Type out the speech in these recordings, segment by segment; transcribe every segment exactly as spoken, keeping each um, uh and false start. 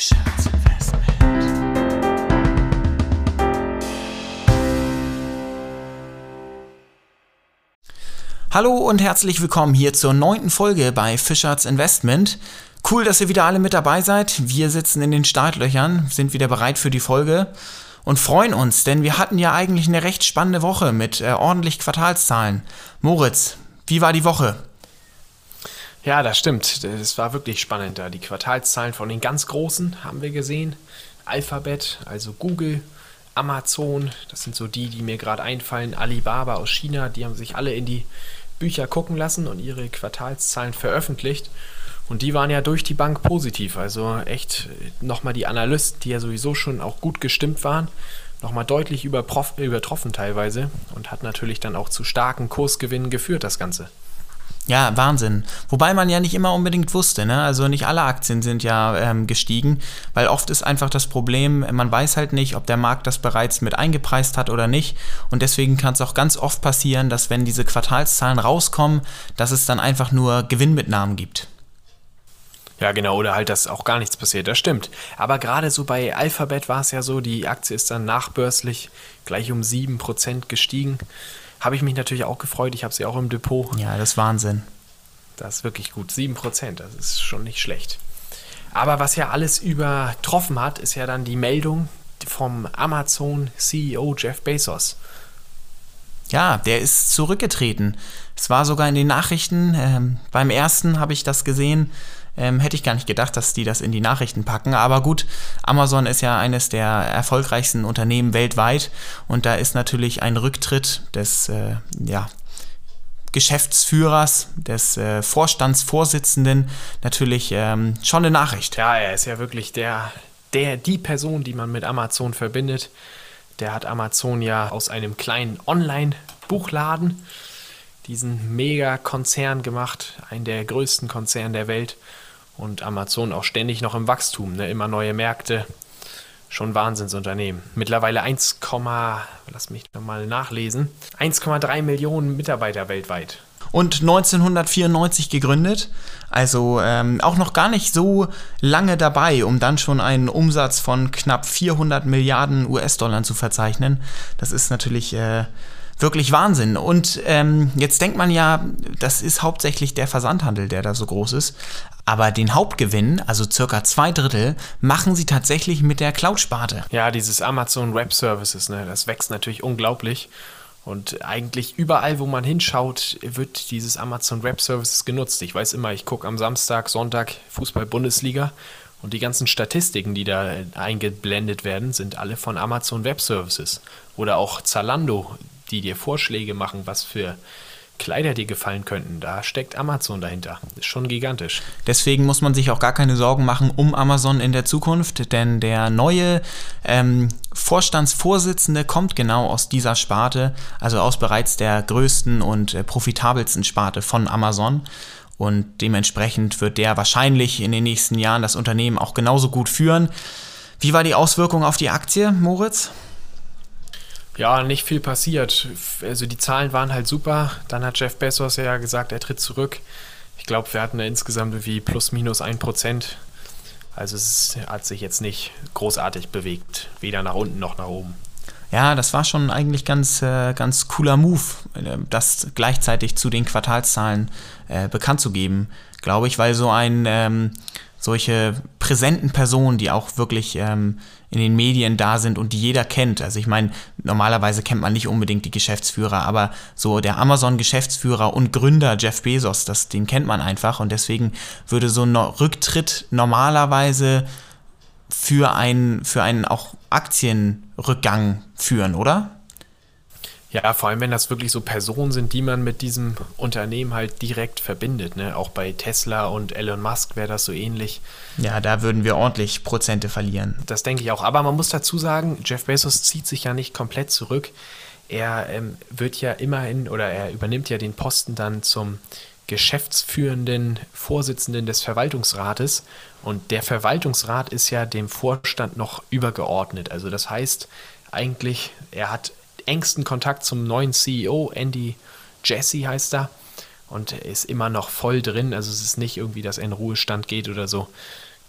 Fischers Investment. Hallo und herzlich willkommen hier zur neunten Folge bei Fischers Investment. Cool, dass ihr wieder alle mit dabei seid. Wir sitzen in den Startlöchern, sind wieder bereit für die Folge und freuen uns, denn wir hatten ja eigentlich eine recht spannende Woche mit äh, ordentlich Quartalszahlen. Moritz, wie war die Woche? Ja, das stimmt. Es war wirklich spannend da. Die Quartalszahlen von den ganz Großen haben wir gesehen. Alphabet, also Google, Amazon, das sind so die, die mir gerade einfallen. Alibaba aus China, die haben sich alle in die Bücher gucken lassen und ihre Quartalszahlen veröffentlicht. Und die waren ja durch die Bank positiv. Also echt nochmal die Analysten, die ja sowieso schon auch gut gestimmt waren, nochmal deutlich überprof- übertroffen teilweise und hat natürlich dann auch zu starken Kursgewinnen geführt, das Ganze. Ja, Wahnsinn. Wobei man ja nicht immer unbedingt wusste, ne? Also nicht alle Aktien sind ja ähm, gestiegen, weil oft ist einfach das Problem, man weiß halt nicht, ob der Markt das bereits mit eingepreist hat oder nicht. Und deswegen kann es auch ganz oft passieren, dass wenn diese Quartalszahlen rauskommen, dass es dann einfach nur Gewinnmitnahmen gibt. Ja, genau, oder halt, dass auch gar nichts passiert, das stimmt. Aber gerade so bei Alphabet war es ja so, die Aktie ist dann nachbörslich gleich um sieben Prozent gestiegen. Habe ich mich natürlich auch gefreut, ich habe sie auch im Depot. Ja, das ist Wahnsinn. Das ist wirklich gut, sieben Prozent, das ist schon nicht schlecht. Aber was ja alles übertroffen hat, ist ja dann die Meldung vom Amazon-C E O Jeff Bezos. Ja, der ist zurückgetreten. Es war sogar in den Nachrichten, ähm, beim ersten habe ich das gesehen, ähm, hätte ich gar nicht gedacht, dass die das in die Nachrichten packen. Aber gut, Amazon ist ja eines der erfolgreichsten Unternehmen weltweit und da ist natürlich ein Rücktritt des äh, ja, Geschäftsführers, des äh, Vorstandsvorsitzenden natürlich ähm, schon eine Nachricht. Ja, er ist ja wirklich der, der, die Person, die man mit Amazon verbindet. Der hat Amazon ja aus einem kleinen Online-Buchladen diesen Mega-Konzern gemacht, einen der größten Konzerne der Welt. Und Amazon auch ständig noch im Wachstum, ne? Immer neue Märkte, schon Wahnsinnsunternehmen. Mittlerweile eins, lass mich nochmal nachlesen, eins Komma drei Millionen Mitarbeiter weltweit. Und neunzehnhundertvierundneunzig gegründet, also ähm, auch noch gar nicht so lange dabei, um dann schon einen Umsatz von knapp vierhundert Milliarden U S-Dollar zu verzeichnen. Das ist natürlich äh, wirklich Wahnsinn. Und ähm, jetzt denkt man ja, das ist hauptsächlich der Versandhandel, der da so groß ist. Aber den Hauptgewinn, also circa zwei Drittel, machen sie tatsächlich mit der Cloud-Sparte. Ja, dieses Amazon Web Services, ne, das wächst natürlich unglaublich. Und eigentlich überall, wo man hinschaut, wird dieses Amazon Web Services genutzt. Ich weiß immer, ich gucke am Samstag, Sonntag Fußball-Bundesliga und die ganzen Statistiken, die da eingeblendet werden, sind alle von Amazon Web Services. Oder auch Zalando, die dir Vorschläge machen, was für Kleider dir gefallen könnten. Da steckt Amazon dahinter. Ist schon gigantisch. Deswegen muss man sich auch gar keine Sorgen machen um Amazon in der Zukunft, denn der neue ähm, Vorstandsvorsitzende kommt genau aus dieser Sparte, also aus bereits der größten und äh, profitabelsten Sparte von Amazon. Und dementsprechend wird der wahrscheinlich in den nächsten Jahren das Unternehmen auch genauso gut führen. Wie war die Auswirkung auf die Aktie, Moritz? Ja, nicht viel passiert. Also die Zahlen waren halt super. Dann hat Jeff Bezos ja gesagt, er tritt zurück. Ich glaube, wir hatten ja insgesamt irgendwie plus minus ein Prozent. Also es hat sich jetzt nicht großartig bewegt. Weder nach unten noch nach oben. Ja, das war schon eigentlich ganz, äh, ganz cooler Move, äh, das gleichzeitig zu den Quartalszahlen äh, bekannt zu geben, glaube ich, weil so ein ähm, solche präsenten Personen, die auch wirklich ähm, in den Medien da sind und die jeder kennt. Also ich meine, normalerweise kennt man nicht unbedingt die Geschäftsführer, aber so der Amazon-Geschäftsführer und Gründer Jeff Bezos, das, den kennt man einfach und deswegen würde so ein Rücktritt normalerweise für einen, für einen auch Aktienrückgang führen, oder? Ja, vor allem, wenn das wirklich so Personen sind, die man mit diesem Unternehmen halt direkt verbindet. Ne? Auch bei Tesla und Elon Musk wäre das so ähnlich. Ja, da würden wir ordentlich Prozente verlieren. Das denke ich auch. Aber man muss dazu sagen, Jeff Bezos zieht sich ja nicht komplett zurück. Er ähm, wird ja immerhin oder er übernimmt ja den Posten dann zum geschäftsführenden Vorsitzenden des Verwaltungsrates. Und der Verwaltungsrat ist ja dem Vorstand noch übergeordnet. Also das heißt eigentlich, er hat engsten Kontakt zum neuen C E O, Andy Jassy heißt er, und er ist immer noch voll drin, also es ist nicht irgendwie, dass er in Ruhestand geht oder so.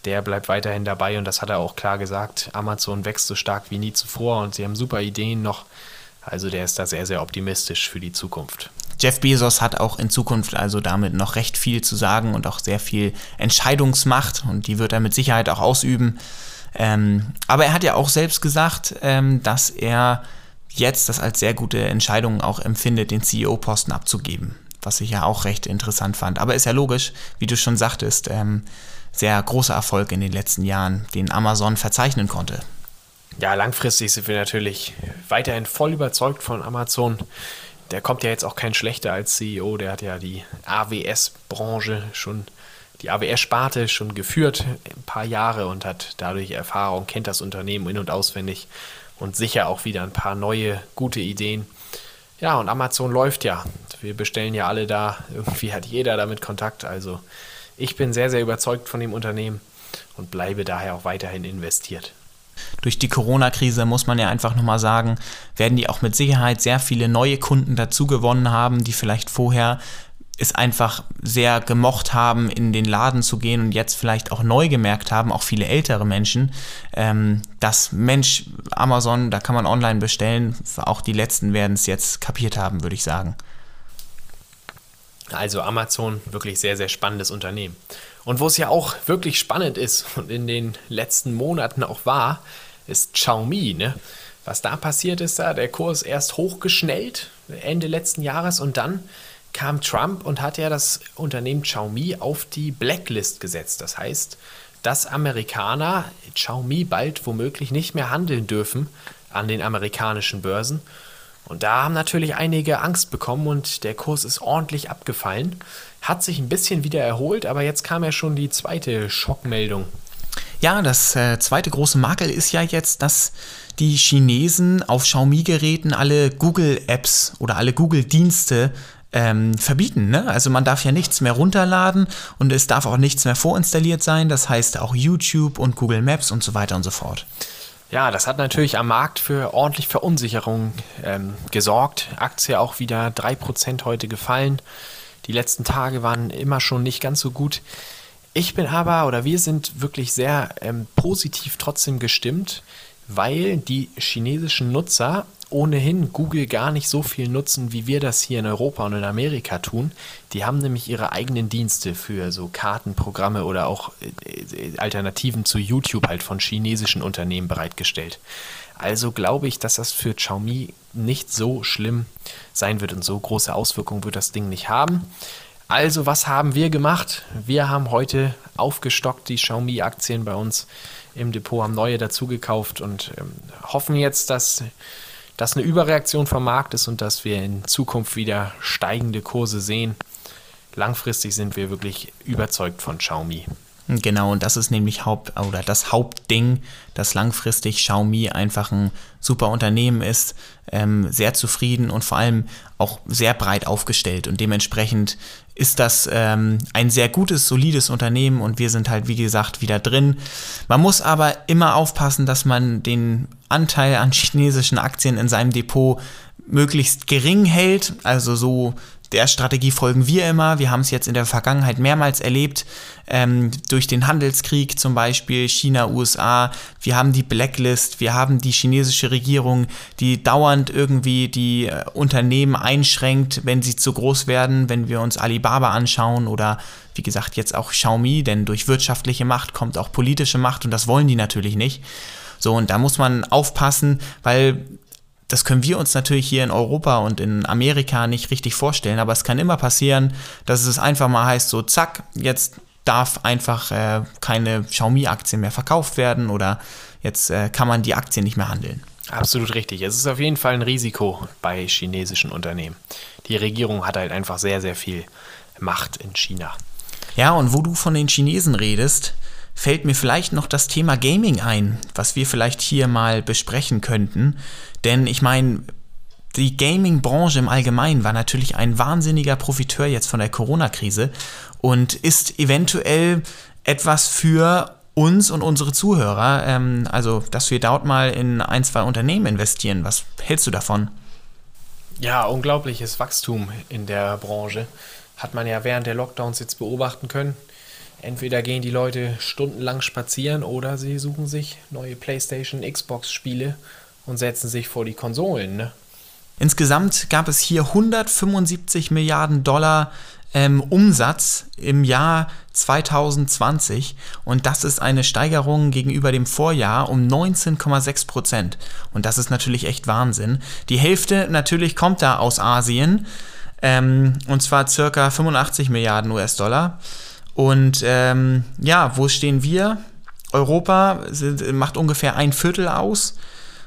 der bleibt weiterhin dabei und das hat er auch klar gesagt. Amazon wächst so stark wie nie zuvor und sie haben super Ideen noch. Also der ist da sehr, sehr optimistisch für die Zukunft. Jeff Bezos hat auch in Zukunft also damit noch recht viel zu sagen und auch sehr viel Entscheidungsmacht und die wird er mit Sicherheit auch ausüben. Ähm, aber er hat ja auch selbst gesagt, ähm, dass er jetzt das als sehr gute Entscheidung auch empfindet, den C E O-Posten abzugeben, was ich ja auch recht interessant fand. Aber ist ja logisch, wie du schon sagtest, ähm, sehr großer Erfolg in den letzten Jahren, den Amazon verzeichnen konnte. Ja, langfristig sind wir natürlich weiterhin voll überzeugt von Amazon. Der kommt ja jetzt auch kein schlechter als C E O, der hat ja die A W S-Branche schon, die A W S-Sparte schon geführt, ein paar Jahre und hat dadurch Erfahrung, kennt das Unternehmen in- und auswendig und sicher auch wieder ein paar neue, gute Ideen. Ja, und Amazon läuft ja. Wir bestellen ja alle da, irgendwie hat jeder damit Kontakt, also ich bin sehr, sehr überzeugt von dem Unternehmen und bleibe daher auch weiterhin investiert. Durch die Corona-Krise, muss man ja einfach nochmal sagen, werden die auch mit Sicherheit sehr viele neue Kunden dazu gewonnen haben, die vielleicht vorher es einfach sehr gemocht haben, in den Laden zu gehen und jetzt vielleicht auch neu gemerkt haben, auch viele ältere Menschen, ähm, dass Mensch, Amazon, da kann man online bestellen, auch die Letzten werden es jetzt kapiert haben, würde ich sagen. Also Amazon, wirklich sehr, sehr spannendes Unternehmen. Und wo es ja auch wirklich spannend ist und in den letzten Monaten auch war, ist Xiaomi, ne? Was da passiert ist, da der Kurs erst hochgeschnellt Ende letzten Jahres und dann kam Trump und hat ja das Unternehmen Xiaomi auf die Blacklist gesetzt. Das heißt, dass Amerikaner Xiaomi bald womöglich nicht mehr handeln dürfen an den amerikanischen Börsen. Und da haben natürlich einige Angst bekommen und der Kurs ist ordentlich abgefallen. Hat sich ein bisschen wieder erholt, aber jetzt kam ja schon die zweite Schockmeldung. Ja, das äh, zweite große Makel ist ja jetzt, dass die Chinesen auf Xiaomi-Geräten alle Google-Apps oder alle Google-Dienste ähm, verbieten. Ne? Also man darf ja nichts mehr runterladen und es darf auch nichts mehr vorinstalliert sein. Das heißt auch YouTube und Google Maps und so weiter und so fort. Ja, das hat natürlich am Markt für ordentlich Verunsicherung ähm, gesorgt. Aktie auch wieder drei Prozent heute gefallen. Die letzten Tage waren immer schon nicht ganz so gut. Ich bin aber, oder wir sind wirklich sehr ähm, positiv trotzdem gestimmt, weil die chinesischen Nutzer ohnehin Google gar nicht so viel nutzen, wie wir das hier in Europa und in Amerika tun. Die haben nämlich ihre eigenen Dienste für so Kartenprogramme oder auch äh, Alternativen zu YouTube halt von chinesischen Unternehmen bereitgestellt. Also glaube ich, dass das für Xiaomi nicht so schlimm sein wird und so große Auswirkungen wird das Ding nicht haben. Also was haben wir gemacht? Wir haben heute aufgestockt die Xiaomi-Aktien bei uns im Depot, haben neue dazu gekauft und ähm, hoffen jetzt, dass das eine Überreaktion vom Markt ist und dass wir in Zukunft wieder steigende Kurse sehen. Langfristig sind wir wirklich überzeugt von Xiaomi. Genau, und das ist nämlich Haupt oder das Hauptding, dass langfristig Xiaomi einfach ein super Unternehmen ist, ähm, sehr zufrieden und vor allem auch sehr breit aufgestellt und dementsprechend ist das ähm, ein sehr gutes, solides Unternehmen und wir sind halt, wie gesagt, wieder drin. Man muss aber immer aufpassen, dass man den Anteil an chinesischen Aktien in seinem Depot möglichst gering hält, also so der Strategie folgen wir immer. Wir haben es jetzt in der Vergangenheit mehrmals erlebt, ähm, durch den Handelskrieg zum Beispiel China, U S A. Wir haben die Blacklist, wir haben die chinesische Regierung, die dauernd irgendwie die äh, Unternehmen einschränkt, wenn sie zu groß werden. Wenn wir uns Alibaba anschauen oder wie gesagt jetzt auch Xiaomi, denn durch wirtschaftliche Macht kommt auch politische Macht und das wollen die natürlich nicht. So, und da muss man aufpassen, weil das können wir uns natürlich hier in Europa und in Amerika nicht richtig vorstellen, aber es kann immer passieren, dass es einfach mal heißt, so zack, jetzt darf einfach äh, keine Xiaomi-Aktie mehr verkauft werden oder jetzt äh, kann man die Aktie nicht mehr handeln. Absolut richtig. Es ist auf jeden Fall ein Risiko bei chinesischen Unternehmen. Die Regierung hat halt einfach sehr, sehr viel Macht in China. Ja, und wo du von den Chinesen redest, fällt mir vielleicht noch das Thema Gaming ein, was wir vielleicht hier mal besprechen könnten. Denn ich meine, die Gaming-Branche im Allgemeinen war natürlich ein wahnsinniger Profiteur jetzt von der Corona-Krise und ist eventuell etwas für uns und unsere Zuhörer, ähm, also dass wir dort mal in ein, zwei Unternehmen investieren. Was hältst du davon? Ja, unglaubliches Wachstum in der Branche. Hat man ja während der Lockdowns jetzt beobachten können. Entweder gehen die Leute stundenlang spazieren oder sie suchen sich neue PlayStation, Xbox-Spiele und setzen sich vor die Konsolen, ne? Insgesamt gab es hier hundertfünfundsiebzig Milliarden Dollar ähm, Umsatz im Jahr zwanzig zwanzig und das ist eine Steigerung gegenüber dem Vorjahr um neunzehn Komma sechs Prozent und das ist natürlich echt Wahnsinn. Die Hälfte natürlich kommt da aus Asien ähm, und zwar circa fünfundachtzig Milliarden U S-Dollar und ähm, ja, wo stehen wir? Europa sind, macht ungefähr ein Viertel aus.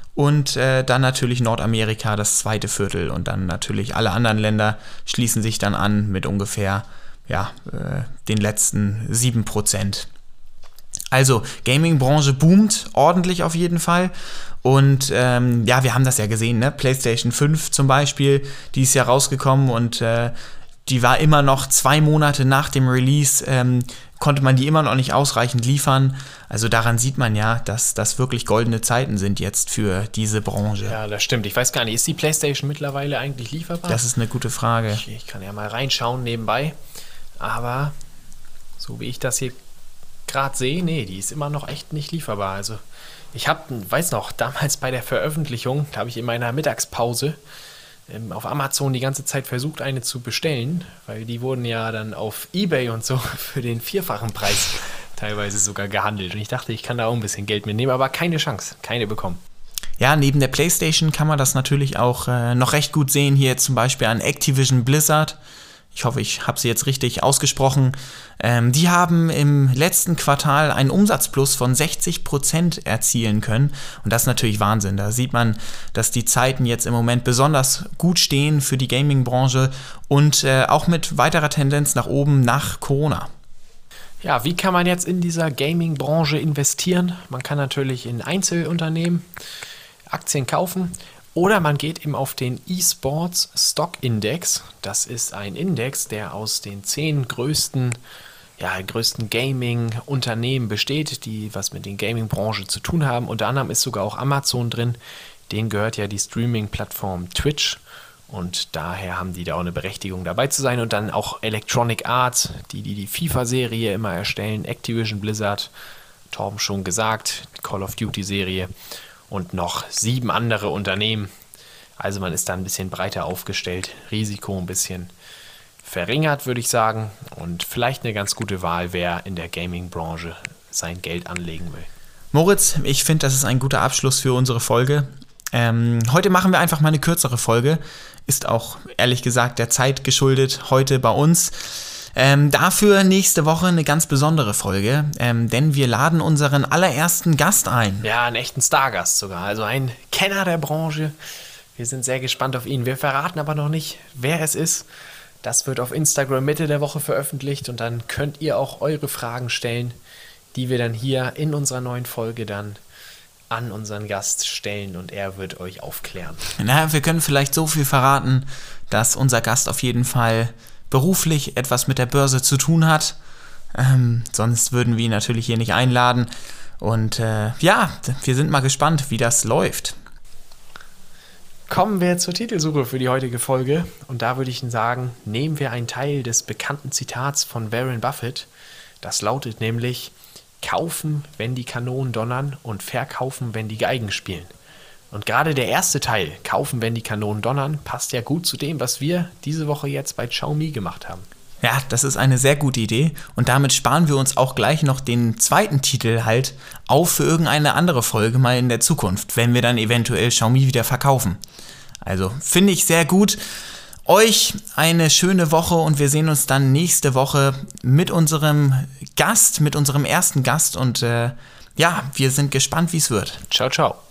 Und äh, dann natürlich Nordamerika das zweite Viertel und dann natürlich alle anderen Länder schließen sich dann an mit ungefähr ja, äh, den letzten sieben Prozent. Also Gaming-Branche boomt ordentlich auf jeden Fall und ähm, ja, wir haben das ja gesehen, ne? PlayStation fünf zum Beispiel, die ist ja rausgekommen und äh, die war immer noch zwei Monate nach dem Release, ähm, konnte man die immer noch nicht ausreichend liefern. Also daran sieht man ja, dass das wirklich goldene Zeiten sind jetzt für diese Branche. Ja, das stimmt. Ich weiß gar nicht, ist die PlayStation mittlerweile eigentlich lieferbar? Das ist eine gute Frage. Ich, ich kann ja mal reinschauen nebenbei. Aber so wie ich das hier gerade sehe, nee, die ist immer noch echt nicht lieferbar. Also ich habe, weiß noch, damals bei der Veröffentlichung, da habe ich in meiner Mittagspause ähm, auf Amazon die ganze Zeit versucht, eine zu bestellen, weil die wurden ja dann auf eBay und so für den vierfachen Preis teilweise sogar gehandelt. Und ich dachte, ich kann da auch ein bisschen Geld mitnehmen, aber keine Chance, keine bekommen. Ja, neben der PlayStation kann man das natürlich auch äh, noch recht gut sehen. Hier zum Beispiel an Activision Blizzard. Ich hoffe, ich habe sie jetzt richtig ausgesprochen. Ähm, die haben im letzten Quartal einen Umsatzplus von sechzig Prozent erzielen können. Und das ist natürlich Wahnsinn. Da sieht man, dass die Zeiten jetzt im Moment besonders gut stehen für die Gaming-Branche und äh, auch mit weiterer Tendenz nach oben nach Corona. Ja, wie kann man jetzt in dieser Gaming-Branche investieren? Man kann natürlich in Einzelunternehmen Aktien kaufen. Oder man geht eben auf den eSports Stock Index. Das ist ein Index, der aus den zehn größten, ja, größten Gaming-Unternehmen besteht, die was mit der Gaming-Branche zu tun haben. Unter anderem ist sogar auch Amazon drin. Denen gehört ja die Streaming-Plattform Twitch. Und daher haben die da auch eine Berechtigung dabei zu sein. Und dann auch Electronic Arts, die die, die FIFA-Serie immer erstellen. Activision Blizzard, Torben schon gesagt, die Call of Duty-Serie. Und noch sieben andere Unternehmen. Also man ist da ein bisschen breiter aufgestellt, Risiko ein bisschen verringert, würde ich sagen. Und vielleicht eine ganz gute Wahl, wer in der Gaming-Branche sein Geld anlegen will. Moritz, ich finde, das ist ein guter Abschluss für unsere Folge. Ähm, heute machen wir einfach mal eine kürzere Folge. Ist auch, ehrlich gesagt, der Zeit geschuldet heute bei uns. Ähm, dafür nächste Woche eine ganz besondere Folge, ähm, denn wir laden unseren allerersten Gast ein. Ja, einen echten Stargast sogar, also ein Kenner der Branche. Wir sind sehr gespannt auf ihn. Wir verraten aber noch nicht, wer es ist. Das wird auf Instagram Mitte der Woche veröffentlicht und dann könnt ihr auch eure Fragen stellen, die wir dann hier in unserer neuen Folge dann an unseren Gast stellen und er wird euch aufklären. Na, wir können vielleicht so viel verraten, dass unser Gast auf jeden Fall beruflich etwas mit der Börse zu tun hat. Ähm, sonst würden wir ihn natürlich hier nicht einladen. Und äh, ja, wir sind mal gespannt, wie das läuft. Kommen wir zur Titelsuche für die heutige Folge. Und da würde ich sagen, nehmen wir einen Teil des bekannten Zitats von Warren Buffett. Das lautet nämlich: Kaufen, wenn die Kanonen donnern und verkaufen, wenn die Geigen spielen. Und gerade der erste Teil, kaufen, wenn die Kanonen donnern, passt ja gut zu dem, was wir diese Woche jetzt bei Xiaomi gemacht haben. Ja, das ist eine sehr gute Idee und damit sparen wir uns auch gleich noch den zweiten Titel halt auf für irgendeine andere Folge mal in der Zukunft, wenn wir dann eventuell Xiaomi wieder verkaufen. Also finde ich sehr gut. Euch eine schöne Woche und wir sehen uns dann nächste Woche mit unserem Gast, mit unserem ersten Gast und äh, ja, wir sind gespannt, wie es wird. Ciao, ciao.